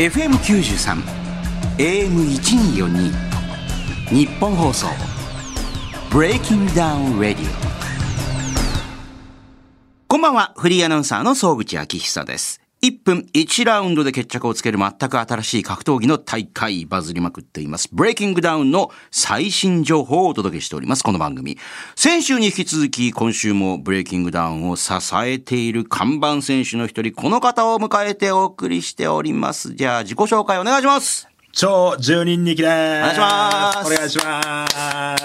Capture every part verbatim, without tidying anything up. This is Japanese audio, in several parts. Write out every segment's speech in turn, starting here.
エフエムきゅうじゅうさん エーエムせんにひゃくよんじゅうに 日本放送ブレイキングダウンラジオ。こんばんは、フリーアナウンサーの総口昭久です。いっぷんいちラウンドで決着をつける全く新しい格闘技の大会、バズりまくっていますブレイキングダウンの最新情報をお届けしております。この番組、先週に引き続き今週もブレイキングダウンを支えている看板選手の一人、この方を迎えてお送りしております。じゃあ自己紹介お願いします。 超十人力です。お願いします。 お願いします。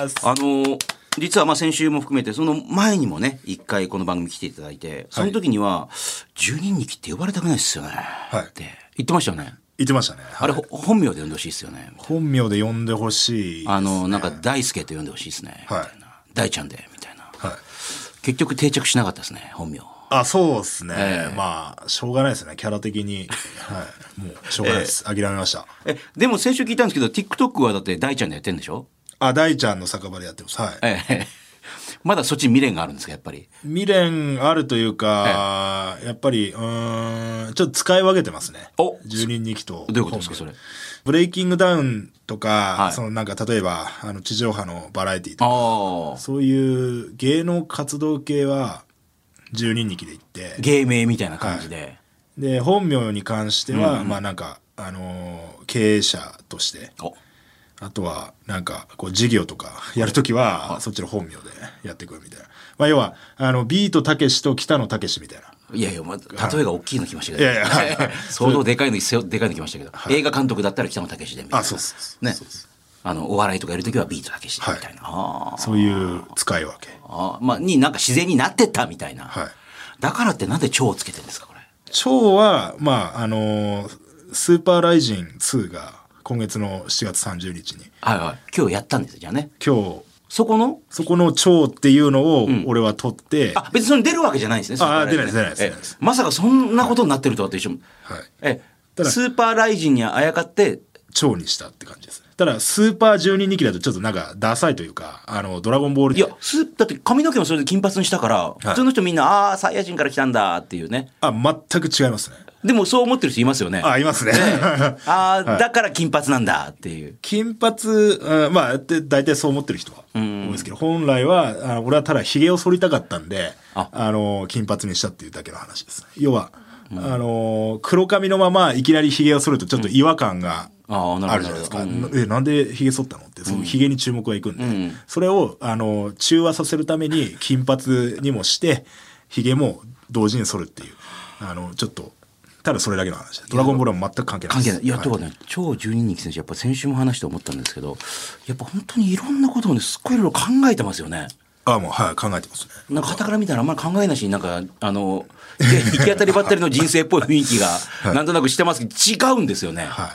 あの実はまあ先週も含めてその前にもね一回この番組来ていただいて、その時には十人力って呼ばれたくないですよね、はい、って言ってましたよね。 言ってましたね、はい、 あれ本名で呼んでほしいですよね。 本名で呼んでほしいですね。 あのなんか大輔と呼んでほしいですね、はい、みたいな大ちゃんでみたいな、はい、結局定着しなかったですね本名。 あ、そうですね、えー、まあしょうがないですね、キャラ的に、はい、もうしょうがないです、えー、諦めました。 えでも先週聞いたんですけど TikTok はだって大ちゃんでやってるんでしょ。 あ、大ちゃんの酒場でやってます。はい。ええ、 まだそっちに未練があるんですか、やっぱり。 未練あるというか、ええ、やっぱり、うーん、ちょっと使い分けてますね。 お、 十人力と。 どういうことですか、それ。 ブレイキングダウンとか、はい、そのなんか例えば、あの、地上波のバラエティとか、そういう芸能活動系は、十人力で行って。 芸名みたいな感じで。はい、 で、本名に関しては、うん、まあなんか、あのー、経営者として。あとはなんかこう事業とかやるときはそっちの本名でやっていくみたいな。まあ要はあのビートたけしと北野たけしみたいな。 いやいや、まあ、例えが大きいの来ましたけど、いやいや相当でかいのでかいの来ましたけど、はい、映画監督だったら北野たけしでみたいな。あ、そうですね。あのお笑いとかやるときはビートたけしでみたいな、はい、あ、そういう使い分け、 あ、まあになんか自然になってったみたいな、はい、だからってなんで超をつけてるんですかこれ。 超はまああのスーパーライジンツーが今月のしちがつさんじゅうにちに、 はいはい、今日やったんですじゃあね。 今日そこのそこの蝶っていうのを俺は取って、うん、 あ、別にそれ出るわけじゃないんですね。 ああ、出ないです出ないです。 まさかそんなことになってるとはと一緒に、はい、えただスーパーライジンにあやかって蝶にしたって感じです。ただスーパー十人力だとちょっとなんかダサいというか、あのドラゴンボールで、 いやスだって髪の毛もそれで金髪にしたから、はい、普通の人みんなああサイヤ人から来たんだっていうね。 あ、全く違いますね。 でもそう思ってる人いますよね。 あ、いますね。ねあ、はい、だから金髪なんだっていう。 金髪、うん、まあで大体そう思ってる人は多いですけど、本来はあ俺はただひげを剃りたかったんで、ああの金髪にしたっていうだけの話です。要は、うん、あの黒髪のままいきなりひげを剃るとちょっと違和感があるじゃないですか。うん、え、なんでひげ剃ったのって、そのひげに注目がいくんで、うん、それをあの中和させるために金髪にもしてひげも同時に剃るっていう、あのちょっとただそれだけの話で、ドラゴンボールは全く関係ないです。関係ない。いや、とかね、超十人力選手やっぱ先週も話して思ったんですけど、やっぱ本当にいろんなことをねすっごいいろいろ考えてますよね。 あ、もうはい、考えてますね。 なんか傍から見たらあんまり考えなしになんかあの行き当たりばったりの人生っぽい雰囲気がなんとなくしてますけど、違うんですよね。はい。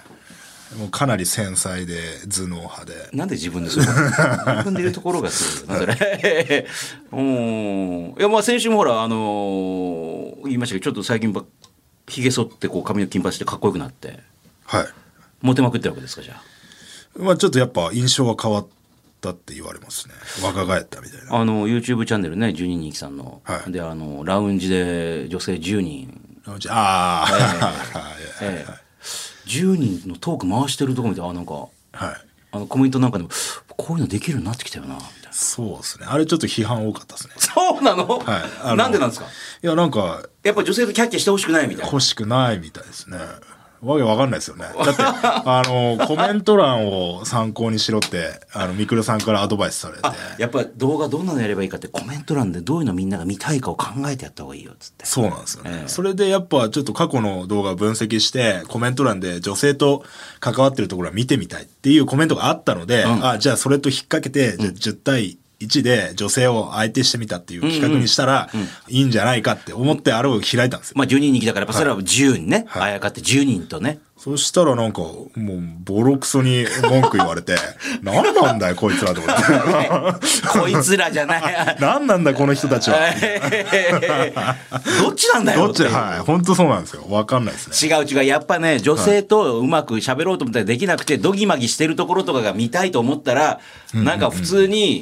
もうかなり繊細で頭脳派で。 なんで自分でそう自分で言うところがすごいよなそれ。うん。いや、まあ先週もほらあのー、言いましたけど、ちょっと最近ばひげ剃ってこう髪を金髪してかっこよくなって、はい、モテまくってるわけですか。じゃあ、 まあ、ちょっとやっぱ印象が変わったって言われますね。若返ったみたいな。 あの YouTube チャンネルね、十人力さんの、はい、であのラウンジで女性じゅうにん、 ラウンジ、ああ、 えーえー、じゅうにんのトーク回してるとこ見て、あ、なんか、はい、あのコメントなんかでもこういうのできるようになってきたよなみたいな。 そうですね。あれちょっと批判多かったですね。 そうなの？はい。なんでなんですか？ いや、なんかやっぱ女性とキャッキャしてほしくないみたいな。 欲しくないみたいですね。わけわかんないですよね。だってあのコメント欄を参考にしろってあのみくるさんからアドバイスされて、あ、 やっぱ動画どんなのやればいいかってコメント欄でどういうのみんなが見たいかを考えてやった方がいいよっつって。 そうなんですよね、えー、それでやっぱちょっと過去の動画を分析してコメント欄で女性と関わってるところは見てみたいっていうコメントがあったので、うん、あ、じゃあそれと引っ掛けて、じゃあじゅうたいいちで女性を相手してみたっていう企画にしたらいいんじゃないかって思ってあれを開いたんですよ。 まあじゅうにん力だからやっぱそれはじゅうにんね、はい、あやかってじゅうにんとね。 そしたらなんかもうボロクソに文句言われて何なんだよこいつらと思ってこいつらじゃない何なんだこの人たちはどっちなんだよどっち、はい、本当そうなんですよ。分かんないですね。 違う違う、やっぱね女性とうまく喋ろうと思ったらできなくてドギマギしてるところとかが見たいと思ったら、なんか普通に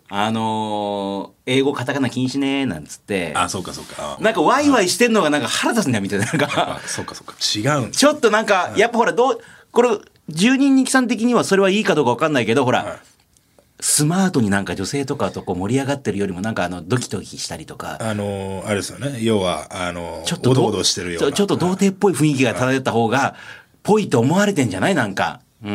あのー、英語カタカナ禁止ねーなんつって。 あ、そうかそうか。 なんかワイワイしてんのがなんか腹立つんだよみたいな。なんかそうかそうか。違うんちょっとなんか、やっぱほら、どう、これ、十人日記さん的にはそれはいいかどうかわかんないけど、ほら、はい、スマートになんか女性とかとこう盛り上がってるよりもなんかあのドキドキしたりとか。 あのー、あれですよね。要は、あのー、 ちょっとおどおどしてるような。 ちょっと童貞っぽい雰囲気が漂った方が、ぽいと思われてんじゃないなんか。うん。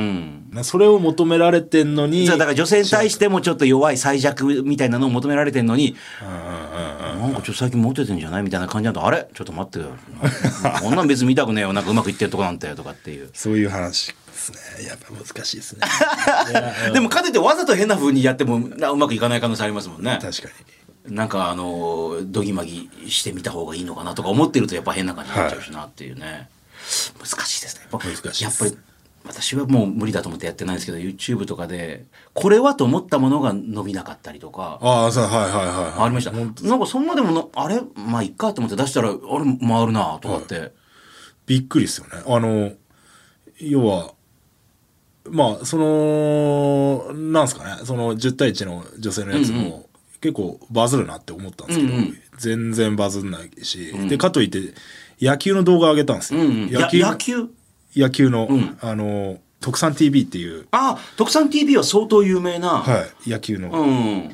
それを求められてんのに。 だから女性に対してもちょっと弱い最弱みたいなのを求められてんのに、なんかちょっと最近モテてんじゃないみたいな感じだと、あれちょっと待ってよ。こんなん別に見たくねえよ。なんかうまくいってるとこなんてとかっていう。 そういう話ですね。やっぱ難しいですね。 でもかといってわざと変な風にやってもうまくいかない可能性ありますもんね。 確かに。なんかあの、どぎまぎしてみた方がいいのかなとか思ってるとやっぱ変な感じになっちゃうしなっていうね。はい、難しいですね。やっぱ難しいです。やっぱり私はもう無理だと思ってやってないんですけど YouTube とかでこれはと思ったものが伸びなかったりとかああそうはいはいはい、はい、 ありました。なんかそんなでもなあれまあいっかと思って出したらあれ回るなと思って、はい、 びっくりですよね。あの要はまあそのなんすかねそのじゅう対いちの女性のやつも、うんうん、結構バズるなって思ったんですけど、うんうん、全然バズんないし、うん、でかといって野球の動画上げたんですよ、うんうん、野球野球野球の、うん、あの特産 ティービー っていうあ特産 ティービー は相当有名な、 はい、野球の、 うん、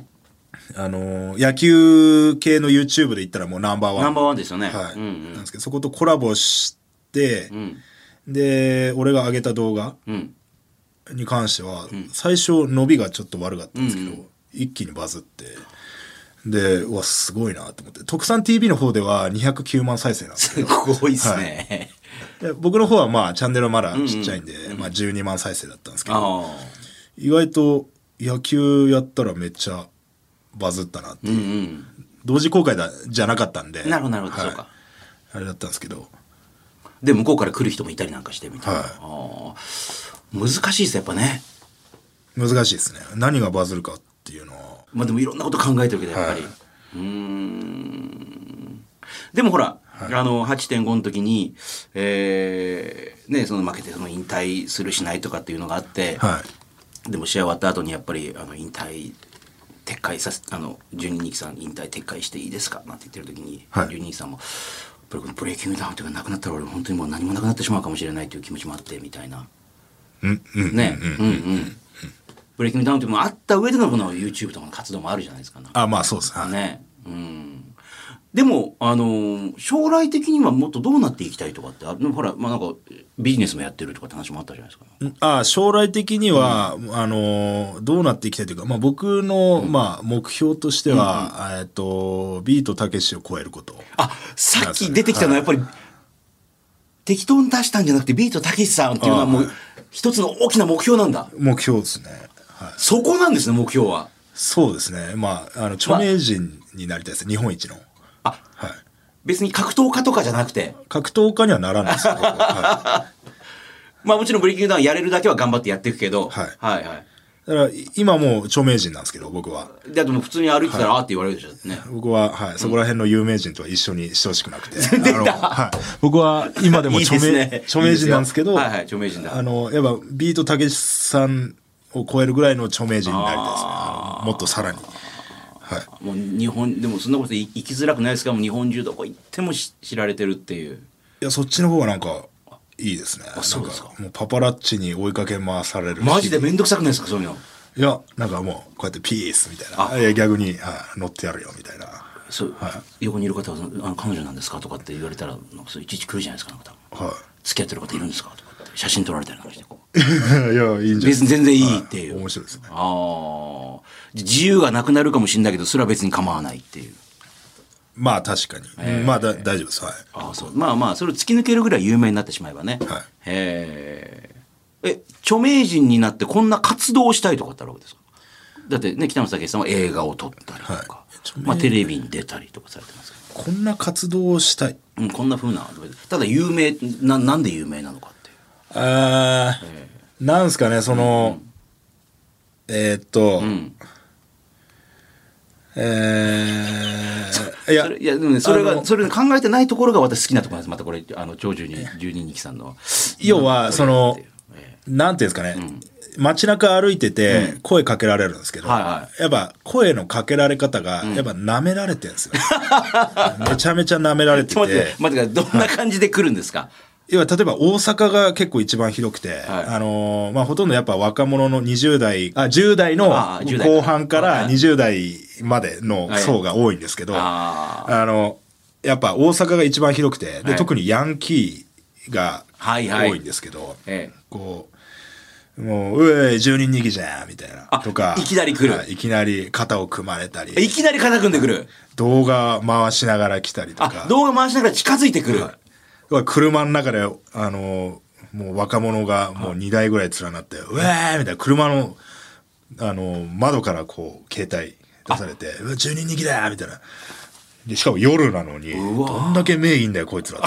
あの野球系の YouTube で言ったらもうナンバーワンナンバーワンですよね、 はい、うんうん、なんですけどそことコラボして、うん、で俺が上げた動画に関しては、うん、最初伸びがちょっと悪かったんですけど、うんうん、一気にバズってでうわすごいなと思って特産 ティービー の方ではにひゃくきゅうまん再生なんですよ。 すごいっすね、 はい、で僕の方はまあチャンネルはまだちっちゃいんで、うんうん、まあ、じゅうにまん再生だったんですけど意外と野球やったらめっちゃバズったなっていう、うんうん、同時公開だじゃなかったんでなるほどなるほど、はい、そうかあれだったんですけどで向こうから来る人もいたりなんかしてみたいな、はい、あ難しいですやっぱね難しいですね何がバズるかっていうのはまあでもいろんなこと考えてるけどやっぱり、はい、うーんでもほら、はい、あの はちてんご の時に、えーね、その負けてその引退するしないとかっていうのがあって、はい、でも試合終わった後にやっぱりあの引退撤回させあのじゅうににきさん引退撤回していいですかなんて言ってる時に、はい、じゅうににきさんもブレイキングダウンというかなくなったら俺本当にもう何もなくなってしまうかもしれないという気持ちもあってみたいな、 うんうん、 ねうんうん、うん、ブレイキングダウンというのもあった上でのこの YouTube とかの活動もあるじゃないですか。 あまあそうですね。 ね、うん。でもあのー、将来的にはもっとどうなっていきたいとかってあほらまあなんかビジネスもやってるとかって話もあったじゃないですか。 あ将来的には、うん、あのー、どうなっていきたいというか、まあ僕の、うん、まあ目標としては、うんうん、えっとビートたけしを超えること。 あさっき出てきたのはやっぱり、はい、適当に出したんじゃなくてビートたけしさんっていうのはもう一つの大きな目標なんだ。 目標ですね。はい、 そこなんですね目標は。 そうですね。まああの著名人になりたいです、ま、日本一の。 あ、はい。別に格闘家とかじゃなくて。 格闘家にはならないですよ。はい、 まあもちろんブレイキングダウンやれるだけは頑張ってやっていくけど。 はい、 はいはいだから今もう著名人なんですけど僕は。 ででも普通に歩いてたら、はい、あーって言われるでしょね。 僕ははいそこら辺の有名人とは一緒にしてほしくなくて。出た。はい。僕は今でも著名いいですね、著名人なんですけど。 いいはいはい著名人だ。 あのやっぱビートたけしさんを超えるぐらいの著名人になりたいですね。もっとさらに。はい。 もう日本でもそんなこと生きづらくないですかもう日本中どこ行っても知られてるっていう。 いやそっちの方がなんかいいですね。あそうですか。もうパパラッチに追いかけ回される。 マジで面倒くさくないですかそういうの。 いやなんかもうこうやってピースみたいな。あいや逆に、はい、乗ってやるよみたいな。 そう、はい、横にいる方はあの彼女なんですかとかって言われたらなんかそういちいち来るじゃないですかなんか多分、はい、付き合ってる方いるんですかとかって写真撮られたりなんかしてこういやいいんじゃないですか全然いいっていう、 はい、面白いですね。 ああ自由がなくなるかもしれないけどそれは別に構わないっていう。 まあ確かに、えー、まあだ大丈夫です。はい。 あそうまあまあそれを突き抜けるぐらい有名になってしまえばね。 はい。 へええ著名人になってこんな活動をしたいとかってあるわけですか。だってね北野武さんは映画を撮ったりとか、はいまあ、テレビに出たりとかされてますけどこんな活動をしたい、 うん、こんな風なただ有名 な, なんで有名なのかっていうあ、えー、なんすかねその、うん、えー、っと、うん、えー、いやそれいやでも、ね、それがそれ考えてないところが私好きなところです。またこれあの長寿にじゅうににきさんの要はそのなんていうんですかね、うん、街中歩いてて声かけられるんですけど、うんはいはい、やっぱ声のかけられ方がやっぱ舐められてるんですよ、うん、めちゃめちゃ舐められてて待って待ってどんな感じで来るんですか？ 要は例えば大阪が結構一番ひどくて、はいあのーまあ、ほとんどやっぱ若者のにじゅう代あじゅう代の後半からにじゅう代までの層が多いんですけど、はい、あ, あのやっぱ大阪が一番ひどくてで、はい、特にヤンキーが多いんですけど、はいはいええ、こうもううえじゅうにんにぎじゃんみたいなとかいきなり来る、 はい、いきなり肩を組まれたりいきなり肩組んでくる動画回しながら来たりとかあ動画回しながら近づいてくる、はい車の中で、あの、もう若者がもうにだいぐらい連なって、うえーみたいな車の、あの、窓からこう、携帯出されて、うわ、じゅうにんにぎだみたいな。で、しかも夜なのに、どんだけ目いいんだよ、こいつらって。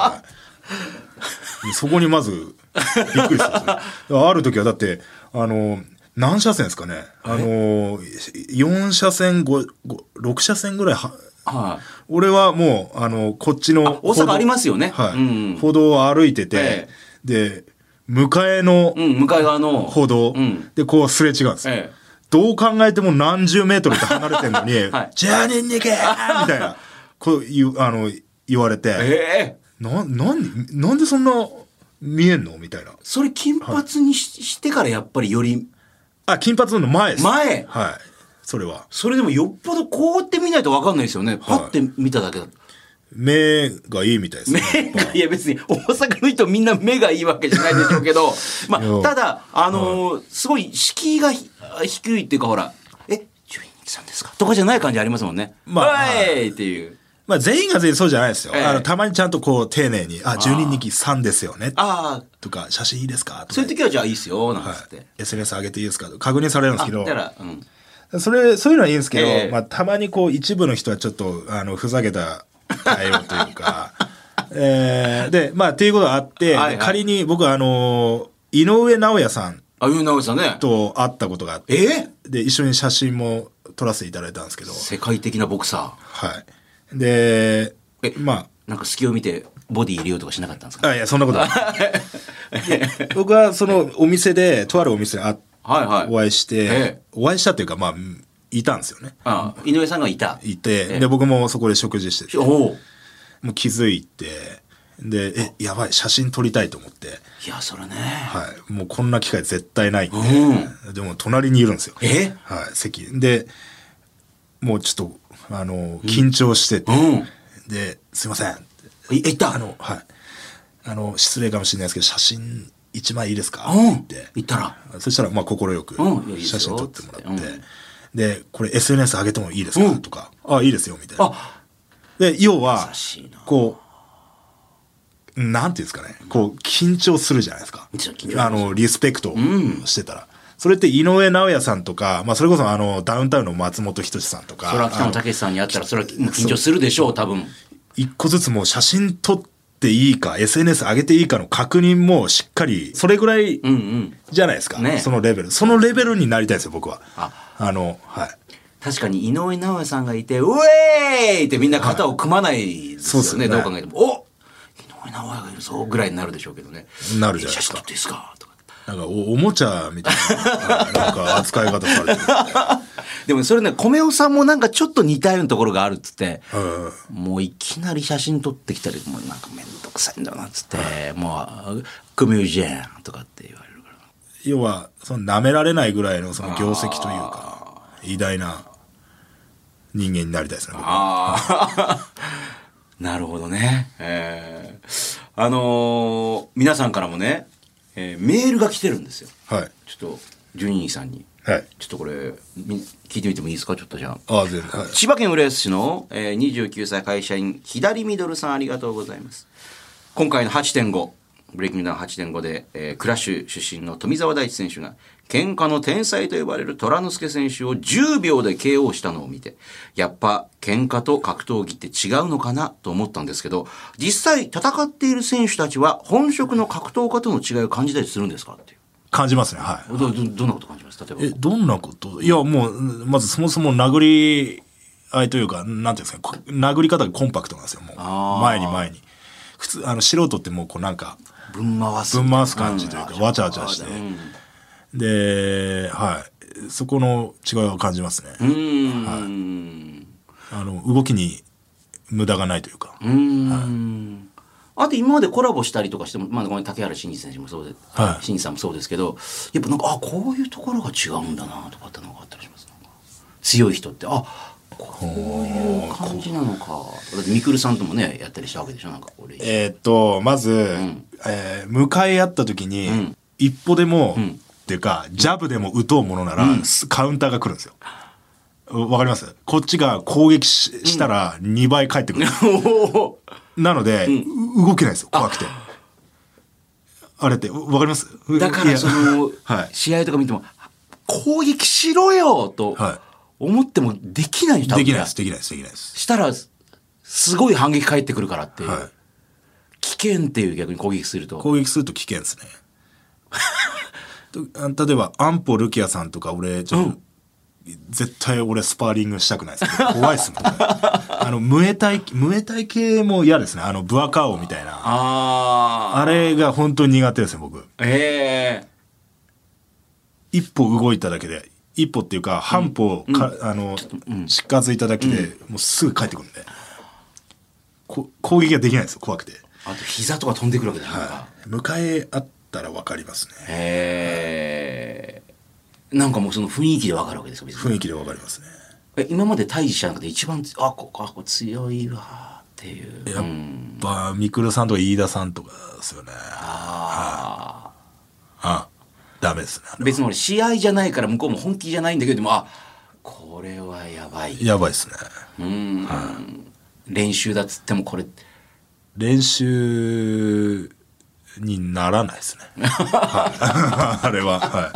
そこにまず、びっくりしたある時はだって、あの、何車線ですかね。あの、よん車線、ご、ご、ろく車線ぐらいは、はい、俺はもうあのこっちの大阪ありますよね、 はいうんうん、 歩道を歩いてて、ええ、で向かいの、 うん、向かい側の歩道、うん、でこうすれ違うんですよ、ええ、どう考えても何十メートルって離れてるのに「はい、じゃあにんにけ!」みたいなこう言あの言われて、ええ、な, なんなんでそんな見えんのみたいな。 それ金髪に し,、はい、してからやっぱりよりあ金髪の前です前はいそれは。 それでもよっぽどこうやって見ないと分かんないですよね。パッて見ただけだと。 目がいいみたいですね。 目がいや別に大阪の人みんな目がいいわけじゃないでしょうけど、まあただあのー、すごい敷居が低いっていうかほらえじゅうにんにきさんですかとかじゃない感じありますもんね。まあはいっていう。 まあ全員が全員そうじゃないですよ。えー、あのたまにちゃんとこう丁寧にあじゅうにんにきさんですよね。あとか写真いいですかとか。 そういう時はじゃあいいですよなんつって、はい、 エスエヌエス 上げていいですかと確認されるんですけど。 あだからうん。 それ、そういうのはいいんですけど、えー、まあ、たまにこう、一部の人はちょっと、あの、ふざけた対応というか、えー、で、まあ、っていうことがあって、はいはい、仮に僕はあの、井上尚弥さん。 あ、井上尚弥さんね。 と会ったことがあって、えー、で、一緒に写真も撮らせていただいたんですけど。 世界的なボクサー。はい。で、 え、まあ。なんか隙を見て、ボディ入れようとかしなかったんですか？ あ、いや、そんなことない僕はそのお店で、とあるお店で会って、はいはい、お会いして、ええ、お会いしたというかまあいたんですよね。 ああ井上さんがいたいて、ええ、で僕もそこで食事しててもう気づいてでえやばい写真撮りたいと思っていやそれね、 はい、もうこんな機会絶対ないんで、うん、でも隣にいるんですよ。 え、 はい、席でもうちょっとあの緊張してて、うん、ですいませんい言ったあの、はい、あの失礼かもしれないですけど写真一枚いいですか、うん、って言って言ったらそしたらまあ快く写真撮ってもらって、うん、でこれ エスエヌエス 上げてもいいですか、うん、とかあいいですよみたいな。で要はこうなんていうんですかねこう緊張するじゃないですかあのリスペクトしてたら、うん、それって井上尚弥さんとか、まあ、それこそあのダウンタウンの松本人志さんとかそれは北野武さんに会ったらそれは緊張するでしょう多分一個ずつもう写真撮ってっていいか エスエヌエス 上げていいかの確認もしっかりそれぐらいじゃないですか、うんうんね、そのレベルそのレベルになりたいですよ僕は。ああの、はい、 確かに井上尚弥さんがいてうえーいってみんな肩を組まないですよね、はい、そうですねどう考えてもお井上尚弥がいるぞぐらいになるでしょうけどね。 なるじゃないですか。写真撮っていいですかとかなんか お, おもちゃみたいななんか扱い方されてるでもそれね米尾さんもなんかちょっと似たようなところがあるっつって、うん、もういきなり写真撮ってきたりもうなんかめんどくさいんだなっつって、うん、もう米尾じゃんとかって言われるから要はその舐められないぐらいのその業績というか偉大な人間になりたいですね僕は。 なるほどね、えー、あのー、皆さんからもねえー、メールが来てるんですよ。はい。ちょっとじゅうににさんに。はい。ちょっとこれ聞いてみてもいいですかちょっとじゃあ。あ全然、はい。千葉県浦安市の、えー、にじゅうきゅうさい会社員左ミドルさんありがとうございます。今回の はちてんご ブレイキングダウン はちてんご で、えー、クラッシュ出身の富澤大地選手が喧嘩の天才と呼ばれる虎之助選手をじゅうびょうで ケーオー したのを見てやっぱ喧嘩と格闘技って違うのかなと思ったんですけど実際戦っている選手たちは本職の格闘家との違いを感じたりするんですかっていう感じますね。はい。 ど, ど, どんなこと感じます例えばえどんなこといやもうまずそもそも殴り合いというかなんていうんですか殴り方がコンパクトなんですよもう前に前に普通あの素人ってもうこうなんかぶん回す。 ぶん回す感じというか、 うん、 わちゃわちゃして。うん、で、はい。そこの違いを感じますね。 うん、 はい。あの、動きに無駄がないというか。 うん、はい、あと今までコラボしたりとかしても、まあ、この竹原慎二選手もそうで、はい、慎二さんもそうですけど、やっぱなんか、あ、こういうところが違うんだなとかってのがあったりします。強い人って、あ、こういう感じなのか。だってみくるさんともねやったりしたわけでしょ。なんか俺えー、っとまず、うんえー、向かい合った時に、うん、一歩でも、うん、っていうかジャブでも打とうものなら、うん、カウンターが来るんですよ。わかります？こっちが攻撃 し, したらにばい返ってくる、うん、なので、うん、動けないですよ怖くて。あ, あれってわかります？ だからその、はい、試合とか見ても攻撃しろよと、はい思ってもできないよ。 できないですできないですできないです。 したらすごい反撃返ってくるからっていう、はい、危険っていう逆に攻撃すると攻撃すると危険ですね例えば安保ルキアさんとか俺ちょっと、うん、絶対俺スパーリングしたくないですけど怖いですもんねあのムエタイムエタイ系も嫌ですね。あのブアカオみたいな あ, あれが本当に苦手ですね僕。 ええー、一歩動いただけで一歩っていうか半歩か、うん、あの、うん、近づいただけで、うん、もうすぐ帰ってくるんでこ攻撃ができないんですよ怖くて。 あと膝とか飛んでくるわけだから、 はい、向かい合ったら分かりますね。 へえ、なんかもうその雰囲気で分かるわけですか？ 雰囲気で分かりますね。 え今まで対峙した中で一番あここあこ強いわっていう。 やっぱみくるさんとか飯田さんとかですよね。 ああ、ああダメですね。 別に俺試合じゃないから向こうも本気じゃないんだけどもあこれはやばいやばいですね。 うん、はい、練習だっつってもこれ練習にならないですね、はい、あれは、はい、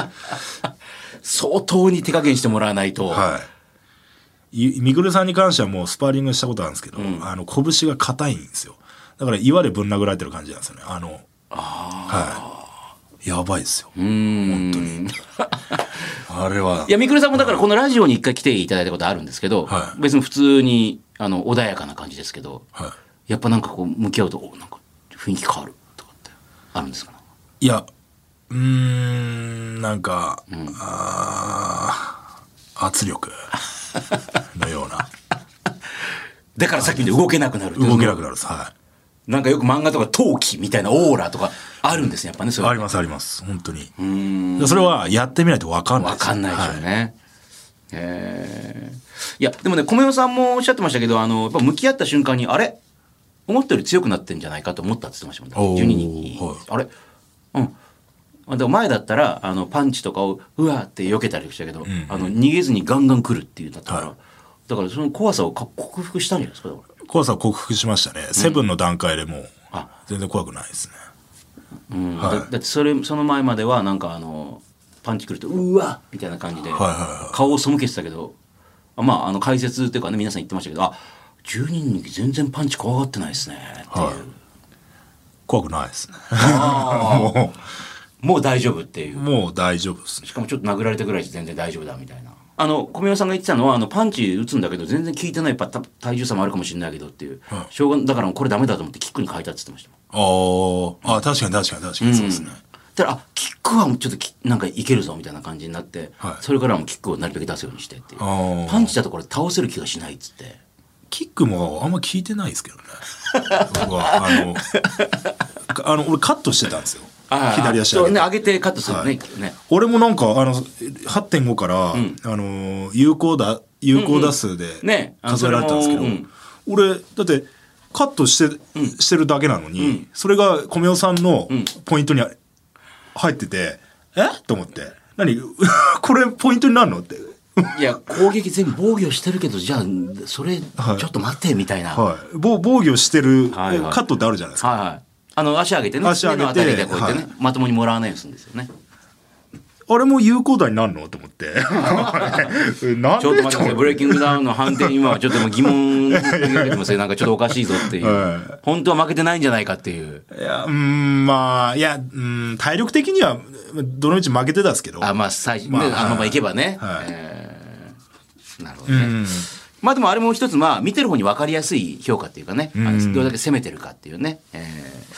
相当に手加減してもらわないと。 はいみぐるさんに関してはもうスパーリングしたことあるんですけど、うん、あの拳が硬いんですよ。だから岩でぶん殴られてる感じなんですよね。あのあ、 はいやばいですよ本当にあれはいやみくるさんもだからこのラジオに一回来ていただいたことあるんですけど、はい、別に普通にあの穏やかな感じですけど、はい、やっぱなんかこう向き合うとなんか雰囲気変わるとかってあるんですかね。 いやうーんなんか、うん、あ圧力のようなだからさっきで動けなくなる動けなくなるです。はいなんかよく漫画とか陶器みたいなオーラとかあるんですねやっぱね。それありますあります本当に。うーんそれはやってみないと分かんないです。分かんないですよね、はい、えー、いやでもね米代さんもおっしゃってましたけどあのやっぱ向き合った瞬間にあれ思ったより強くなってんじゃないかと思ったって言ってましたもんね。じゅうににん、はい、あれうんでも前だったらあのパンチとかをうわーって避けたりしたけど、うんうん、あの逃げずにガンガン来るっていうんだったから、はい、だからその怖さを克服したんじゃないですか。 怖さを克服しましたね、うん、セブンの段階でもう全然怖くないですね。 うんはい、だ, だってそれその前まではなんかあのパンチ来るとうわみたいな感じで顔を背けてたけど、あまああの解説っていうかね皆さん言ってましたけどあじゅうにん全然パンチ怖がってないですねっていう、はい、 怖くないですねもうもう大丈夫っていう。 もう大丈夫ですね。 しかもちょっと殴られたぐらいで全然大丈夫だみたいな。あの小宮さんが言ってたのはあのパンチ打つんだけど全然効いてないやっぱ体重差もあるかもしれないけどっていう、はい、しょうがだからこれダメだと思ってキックに変えたって言ってました。 ああ確かに確かに確かにそうですね、うん、 だからあキックはちょっとなんかいけるぞみたいな感じになって、はい、それからもキックをなるべく出すようにしてっていう。パンチだとこれ倒せる気がしないっつって。 キックもあんま効いてないですけどね僕はあのあの俺カットしてたんですよ左足上げて、 ね、上げてカットするね、はいね、 俺もなんかあの はってんご から、うん、あの有効だ有効打数で数えられたんですけど、うんうんね、俺だってカットして、うん、してるだけなのに、うん、それが米代さんのポイントに入ってて、うん、えと思って何これポイントになるのっていや攻撃全部防御してるけどじゃあそれちょっと待ってみたいな、 はいはい、防御してるカットってあるじゃないですか、 はいはい、あの足上げてね足上げてあたりでこうやってね、はい、まともにもらわないようにするんですよね。 あれも有効打になるのと思ってなんでちょっと待ってくださいブレイキングダウンの判定に今はちょっともう疑問にかけてますよなんかちょっとおかしいぞっていう、はい、本当は負けてないんじゃないかっていう。 いやうんまあいやうん体力的にはどのみち負けてたんですけどあまあ最初、まあね、あのままいけばね、はいえー、なるほどね、うんまあでもあれも一つまあ見てる方に分かりやすい評価っていうかね、うん、どれだけ攻めてるかっていうね、えー、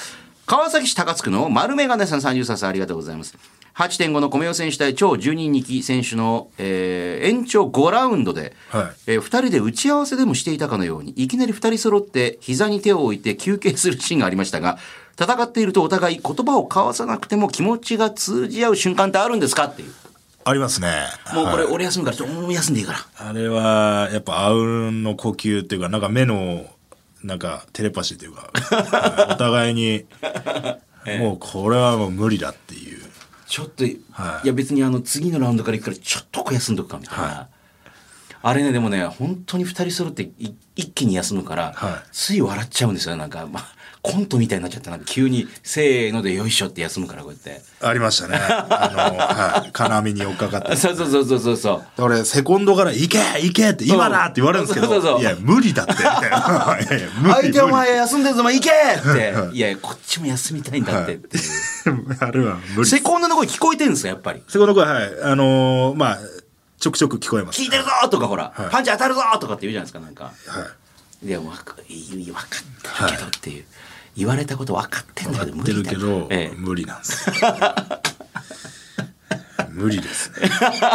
川崎市高津区の丸メガネさんさんじゅうさんさいありがとうございます。はちてんご の米尾選手対超じゅうににき選手の、えー延長ごラウンドで、 はいえーふたりで打ち合わせでもしていたかのように、いきなりふたり揃って膝に手を置いて休憩するシーンがありましたが、戦っているとお互い言葉を交わさなくても気持ちが通じ合う瞬間ってあるんですかっていう。 ありますね。 もうこれはい俺休むからちょっともう休んでいいから。 あれはやっぱあうんの呼吸っていうかなんか目のなんかテレパシーというかはいお互いにもうこれはもう無理だっていう。 ちょっと、 はいいや別にあの次のラウンドから行くからちょっとこう休んどくかみたいな。 はあれね、でもね、本当に二人揃ってい一気に休むから、 はいつい笑っちゃうんですよ。なんか、まあ、コントみたいになっちゃって、なんか急に、せーのでよいしょって休むから、こうやって。 ありましたね。あの、はい。金網に追っかかって。 そうそうそうそうそうそう。 俺、セコンドから行け行けって今だって言われるんですけど、 そうそうそういや、無理だって、みたいな。いやいや無理相手お前無休んでるぞ、お前行けって。いやいや、こっちも休みたいんだってっていう。 理あれは無理。 セコンドの声聞こえてるんですよ、やっぱり。 セコンド声、はい。あのーまあ、ちょくちょく聞こえます。 聞いてるぞとかほら、 はいパンチ当たるぞとかって言うじゃないですか、なんか。 はい。 いや、わか、いいわかってるけどっていう。言われたこと分かってんだけど無やってる理だよけど、 ええ無理なんですよ。無理ですね。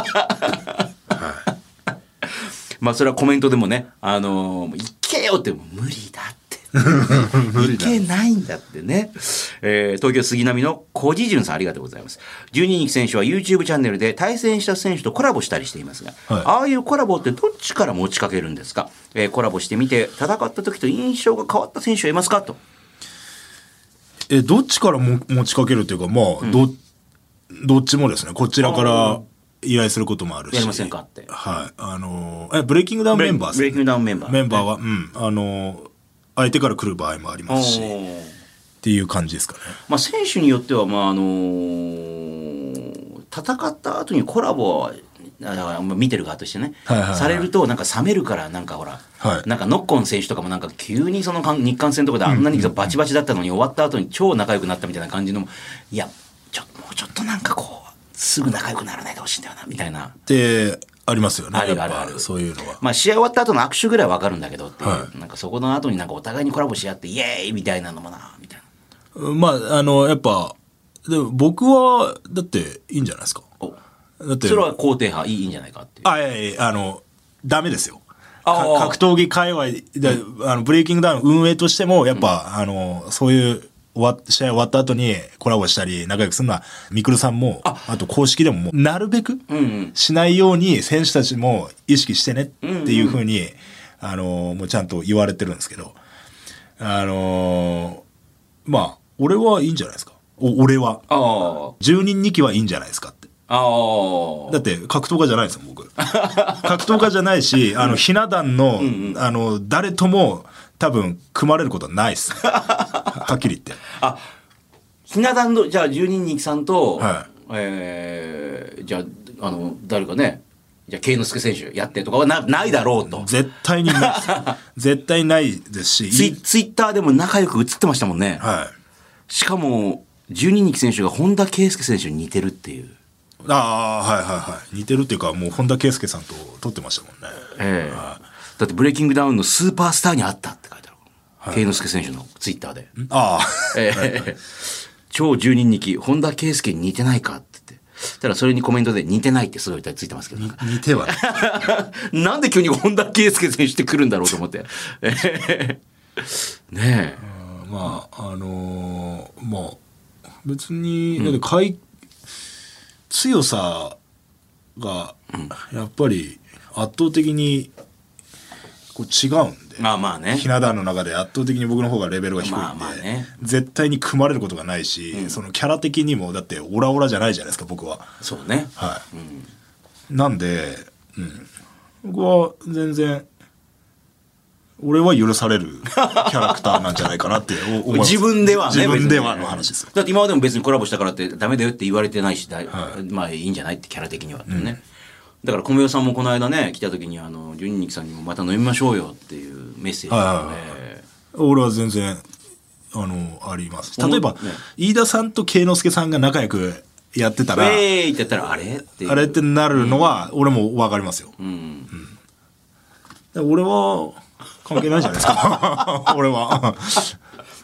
まあそれはコメントでもね、あのー、行けよってもう無理だって。行けないんだってね。えー、東京杉並の小地潤さんありがとうございます。じゅうににき選手は YouTube チャンネルで対戦した選手とコラボしたりしていますが、 はいああいうコラボってどっちから持ちかけるんですか？えー、コラボしてみて戦った時と印象が変わった選手はいますかと。 え、どっちからも持ちかけるっていうか、まあ、ど、どっちもですね。こちらから依頼することもあるし。 やりませんかって。 はい。あのー、え、ブレイキングダウンメンバーですねブレイキングダウンメンバー。 メンバーは、うん。あのー、相手から来る場合もありますし、っおーていう感じですかね。 まあ、選手によっては、まああのー戦った後にコラボはだからまあ見てる側としてね、 はいはいはいされるとなんか冷めるからなんかほら、 はいなんかノッコン選手とかもなんか急にその日韓戦とかであんなにバチバチだったのに終わった後に超仲良くなったみたいな感じのいやちょもうちょっとなんかこうすぐ仲良くならないでほしいんだよなみたいな。 で、ありますよね。 あるあるやっぱあるそういうのは。 まあ試合終わった後の握手ぐらいは分かるんだけどっていう、 はなんかそこの後になんかお互いにコラボし合ってイエーイみたいなのもなみたいな。 まあ、あの、やっぱ、でも僕は、だっていいんじゃないですか。 おだって、 それは肯定派いいいいんじゃないかっていう。 あ、いやいや、あの、ダメですよ。 ああか格闘技界隈で、あの、ブレイキングダウン運営としても、やっぱ、あの、そういう、終わっ試合終わった後にコラボしたり仲良くするのは、ミクルさんも、あと公式でももう、なるべくうんうんしないように選手たちも意識してねっていうふうに、あの、もうちゃんと言われてるんですけど、あの、まあ、俺はいいんじゃないですか。お俺は。 あじゅうにんにきはいいんじゃないですかって。 あああだって格闘家じゃないですよ、僕。格闘家じゃないし、あの、ひな壇の、あの、誰とも多分組まれることはないです。はっきり言って。 あひな壇のじゃあじゅうににきさんと、 はえーじゃああの誰かねじゃあ慶之助選手やってとかはなないだろうと。 絶対にないです。絶対ないですし。 ツイツイッターでも仲良く映ってましたもんね。 はい。 しかもじゅうににき選手が本田圭佑選手に似てるっていう。 ああ、はいはいはい。似てるっていうか、もう本田圭佑さんと撮ってましたもんね。 ええだってブレイキングダウンのスーパースターに会ったって書いてある。慶之助選手のツイッターで。 ああ。 ええ超じゅうににき本田圭佑に似てないかって言って。ただそれにコメントで似てないってすごいついてますけど。 似てはない。 なんで急に本田圭佑選手って来るんだろうと思って。ええねえ。 まあ、あのーまあ、別に、だってかい強さが、やっぱり圧倒的にこう違うんで。 まあまあね。 ひな壇の中で圧倒的に僕の方がレベルが低いんで、 まあまあね絶対に組まれることがないし、そのキャラ的にもだってオラオラじゃないじゃないですか僕は。 そうね。 はい。なんで、うん、僕は全然俺は許されるキャラクターなんじゃないかなって思います。 自分ではね。 自分では別にの話ですよ。 だって今までも別にコラボしたからってダメだよって言われてないし、だはいまあいいんじゃないってキャラ的にはってね。だから米代さんもこの間ね来た時にあのじゅうににきさんにもまた飲みましょうよっていうメッセージをね、 はいはいはい俺は全然あのあります。例えば、 ね飯田さんと慶之助さんが仲良くやってたら、 えーいって言ったらあれっていうあれってなるのは俺も分かりますよ。 うんで俺は関係ないじゃないですか俺は。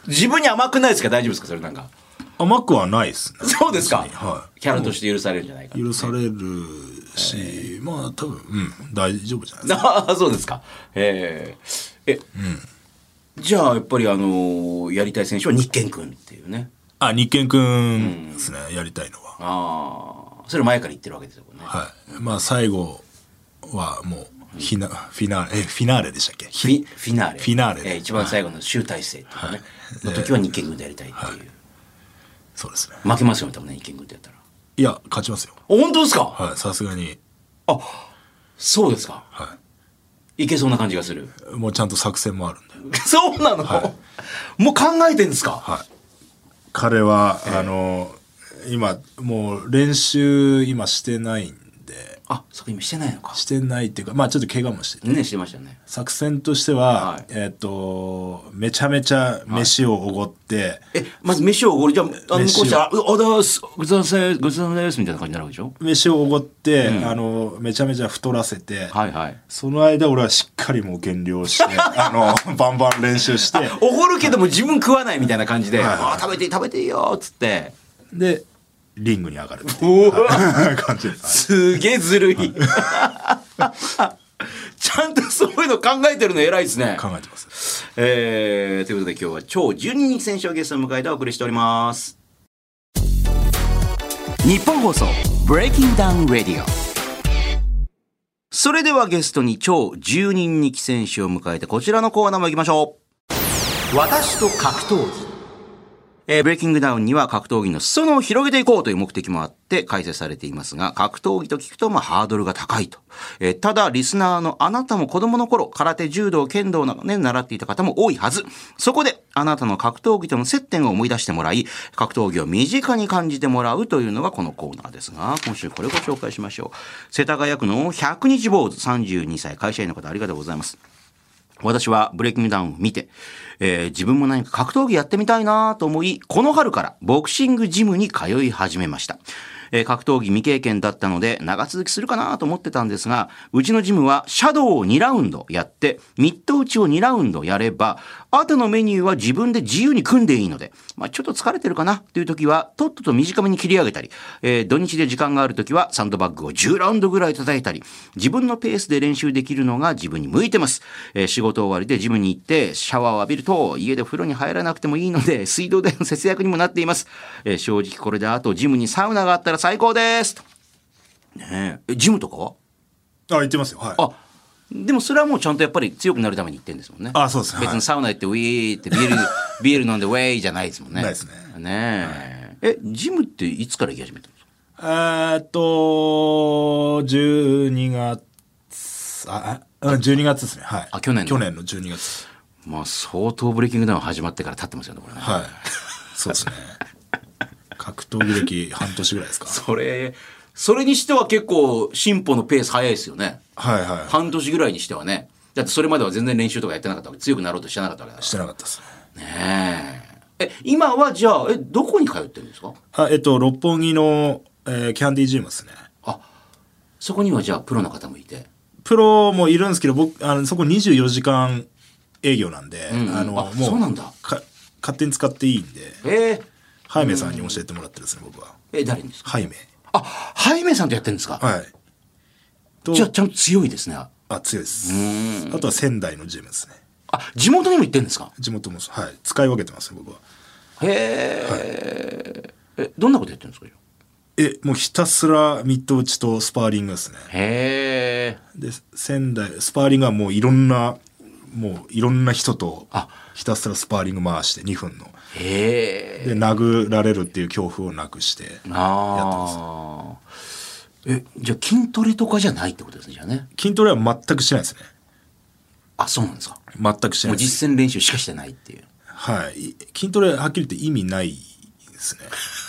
自分に甘くないですか？大丈夫ですか？それなんか。 甘くはないですね。 そうですか、 はい、 キャラとして許されるんじゃないか、ね、 許されるし、えー、まあ多分、うん、大丈夫じゃないですか。ああ、そうですか。えー、え、うん、じゃあやっぱりあのー、やりたい選手は日健君っていうね。 あ、日健君ですね、うん、やりたいのは。 ああ、それ前から言ってるわけですよね。 はい。まあ最後はもうフィナ、フィナーレ、え、フィナーレでしたっけ？ フィ、フィナーレ。 フィナーレ。 えー、一番最後の集大成っていうかね、はい、の時は日健軍でやりたいっていう。はい、 そうですね。 負けますよね、多分ね、日健軍ってやったら。 いや、勝ちますよ。 本当ですか？ はい、さすがに。 あ、そうですか。 はい。 いけそうな感じがする。 もうちゃんと作戦もあるんで。 そうなの？はい、もう考えてんですか？ はい。彼は、えー、あの、今、もう練習今してないんで。 あ、そこ今してないのか。 してないっていうか、まあちょっと怪我もしてて。 ね、してましたね。 作戦としては、はい、えっ、ー、と、めちゃめちゃ飯をおごって、はい、 え、まず飯をおごる、じゃあ、あの、向こうしたら、おだーす、ごちそうさまです、ごちそうさまです、みたいな感じになるわけでしょ？ 飯をおごって、うん、あの、めちゃめちゃ太らせて、 はいはい。 その間俺はしっかりもう減量して、あの、バンバン練習して。 おごるけども自分食わないみたいな感じで、はい、あ、食べていい食べていいよ、つって。 で、リングに上がるっていう感じです。 すげえずるい。ちゃんとそういうの考えてるの偉いですね。 考えてます。 えー、ということで今日は超じゅうににん選手をゲストに迎えてお送りしております。日本放送ブレイキングダウンラディオ。それではゲストに超じゅうにん選手を迎えてこちらのコーナーも行きましょう。私と格闘技。えー、ブレイキングダウンには格闘技の裾野を広げていこうという目的もあって開設されていますが、格闘技と聞くとまあハードルが高いと。えー、ただリスナーのあなたも子供の頃空手、柔道、剣道などね習っていた方も多いはず。そこであなたの格闘技との接点を思い出してもらい、格闘技を身近に感じてもらうというのがこのコーナーですが、今週これをご紹介しましょう。世田谷区のひゃくにち坊主さんじゅうにさい会社員の方、ありがとうございます。私はブレイキングダウンを見て、えー、自分も何か格闘技やってみたいなと思い、この春からボクシングジムに通い始めました。えー、格闘技未経験だったので長続きするかなと思ってたんですが、うちのジムはシャドウをにラウンドやってミット打ちをにラウンドやれば、後のメニューは自分で自由に組んでいいので、まあ、ちょっと疲れてるかなという時はとっとと短めに切り上げたり、えー、土日で時間がある時はサンドバッグをじゅうラウンドぐらい叩いたり、自分のペースで練習できるのが自分に向いてます。えー、仕事終わりでジムに行ってシャワーを浴びると家で風呂に入らなくてもいいので水道代の節約にもなっています。えー、正直これであとジムにサウナがあったら最高ですと。ねえ、ジムとかは？ あ、行ってますよ。はい。 あ、でもそれはもうちゃんとやっぱり強くなるために行ってるんですもんね。 あ、そうですね。 別にサウナ行ってウィーってビールビール飲んでウェイじゃないですもんね。 ないですね。 ねえ、はい、え、ジムっていつから行き始めたんですか？ えーっとじゅうにがつ、あ、じゅうにがつですね。はい。 あ、去年の去年のじゅうにがつ。 まあ相当ブレイキングダウン始まってから経ってますよね、これね。 はい。そうですね。格闘技歴半年ぐらいですか。 それそれにしては結構進歩のペース早いですよね。 はいはい、はい。 半年ぐらいにしてはね。だってそれまでは全然練習とかやってなかったわけ、強くなろうとしてなかったわけだから。 してなかったですね。ねえ。え、今はじゃあ、え、どこに通ってるんですか？ あ、えっと、六本木の、えー、キャンディージムですね。 あ、そこにはじゃあプロの方もいて。 プロもいるんですけど、僕、あの、そこにじゅうよじかん営業なんで、 うんうん、 あの、 あ、 もう、 そうなんだ。 か、勝手に使っていいんで。 えー、 ハイメさんに教えてもらってるんですね、僕は。 え、誰にですか？ ハイメ。 あ、ハイメさんとやってるんですか？ はい。 じゃあ、ちゃんと強いですね。 あ、強いです。あとは仙台のジムですね。 あ、地元にも行ってるんですか？ 地元も、はい。使い分けてますね、僕は。 へえ、はい。え、どんなことやってるんですか？ え、もうひたすらミット打ちとスパーリングですね。 へえ。 で、仙台、スパーリングはもういろんな、もういろんな人とひたすらスパーリング回してにふんの。 へえ。 で、殴られるっていう恐怖をなくしてやってます。 え、じゃあ筋トレとかじゃないってことですね、じゃあね。 筋トレは全くしてないですね。 あ、そうなんですか。 全くしてないです。 もう実践練習しかしてないっていう。 はい。筋トレはっきり言って意味ないですね。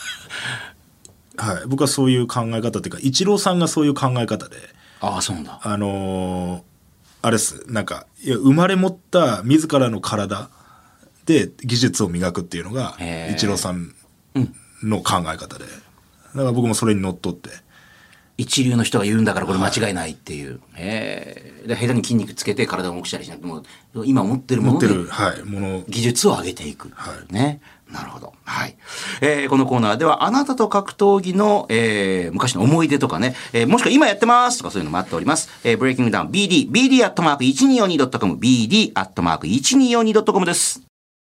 はい。僕はそういう考え方っていうか、イチローさんがそういう考え方で。 ああ、そうなんだ。 あのー、あれです。なんか、いや、生まれ持った自らの体で技術を磨くっていうのが、イチローさんの考え方で。だから僕もそれにのっとって一流の人が言うんだからこれ間違いないっていう。はい、えー、で下手に筋肉つけて体を重くしたりしなくても、今持ってるもので、はい、もの技術を上げていく。はい、ね。なるほど。はい。えー、このコーナーでは、あなたと格闘技の、えー、昔の思い出とかね、えー、もしくは今やってますとかそういうのもあっております。えー、ブレイキングダウン ビーディー、ビーディー アットマーク いちにーよんに ドットコム、ビーディー アットマーク いちにーよんに ドットコム です。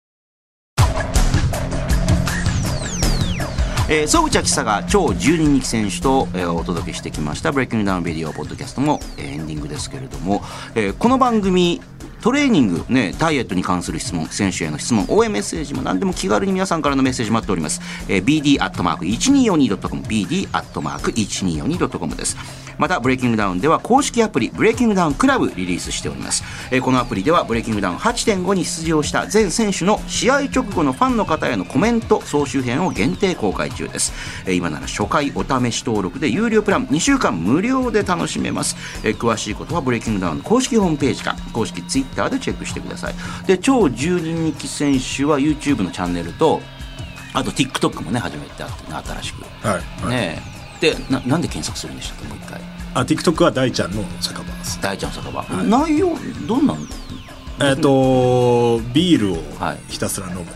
えー、総口秋が超じゅうにんにき選手と、えー、お届けしてきましたブレイキングダウンビデオポッドキャストも、えー、エンディングですけれども、えー、この番組トレーニング、ね、ダイエットに関する質問、選手への質問、応援メッセージも何でも気軽に皆さんからのメッセージ待っております。えー、ビーディー アットマーク いちにーよんに ドットコム、ビーディー アットマーク いちにーよんに ドットコム です。またブレイキングダウンでは公式アプリブレイキングダウンクラブリリースしております。えー、このアプリではブレイキングダウン はちてんご に出場した全選手の試合直後のファンの方へのコメント総集編を限定公開中です。えー、今なら初回お試し登録で有料プランにしゅうかん無料で楽しめます。えー、詳しいことはブレイキングダウンの公式ホームページか公式ツイッターでチェックしてください。で超じゅうにんにき選手は YouTube のチャンネルとあと TikTok もね始めてあってね新しく、はいはい、ねで な, なんで検索するんでしたっけもう一回。 あ TikTok は大ちゃんの酒場です。 大ちゃんの酒場、はい、内容どんなの？ えっ、ー、とビールをひたすら飲むっていう、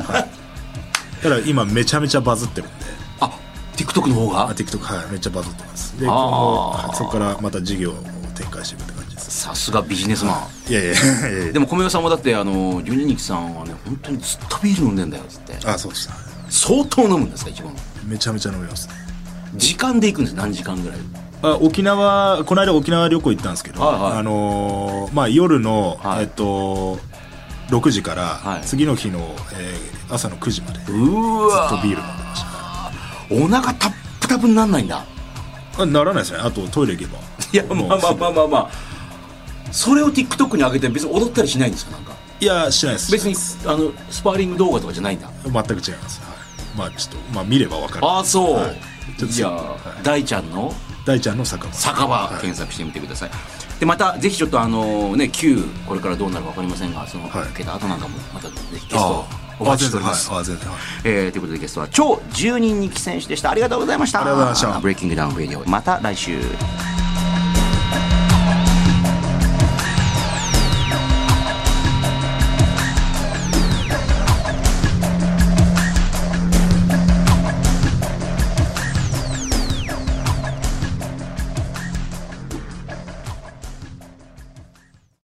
はいはい、だから今めちゃめちゃバズってるんで。 あ TikTok の方が？ あ TikTok はいめっちゃバズってます。であそこからまた事業を展開していくって感じです。 さすがビジネスマン、はい、 いやいやいやいやでも米代さんもだってあのじゅうににきさんはね本当にずっとビール飲んでんだよっつって。 あそうです。 相当飲むんですか一番？ めちゃめちゃ飲みますね。 時間で行くんです。何時間ぐらい？ あ沖縄この間沖縄旅行行ったんですけど、はいはい、あのー、まあ夜の、はい、えっとろくじから、はい、次の日の、えー、朝のくじまでずっとビール飲んでました。 お腹タップタプにならないんだ？ あならないですね。あとトイレ行けば。 いやまあまあまあまあまあそれを TikTok に上げて別に踊ったりしないんですか？なんかいやしないです。 別にあのスパーリング動画とかじゃないんだ？ 全く違います、はい、まあちょっとまあ見れば分かる。 ああそう、はい、じゃあ、 はい、 大ちゃんの大ちゃんの酒場酒場、はい、検索してみてください。でまたぜひちょっとあのね Q これからどうなるか分かりませんがその受けた後なんかもまたぜひゲストお待ちしております。 あ全然、はいえー、ということでゲストは超じゅうにんにき選手でした。ありがとうございました。 ありがとうございました。 ブレイキングダウンレディオまた来週。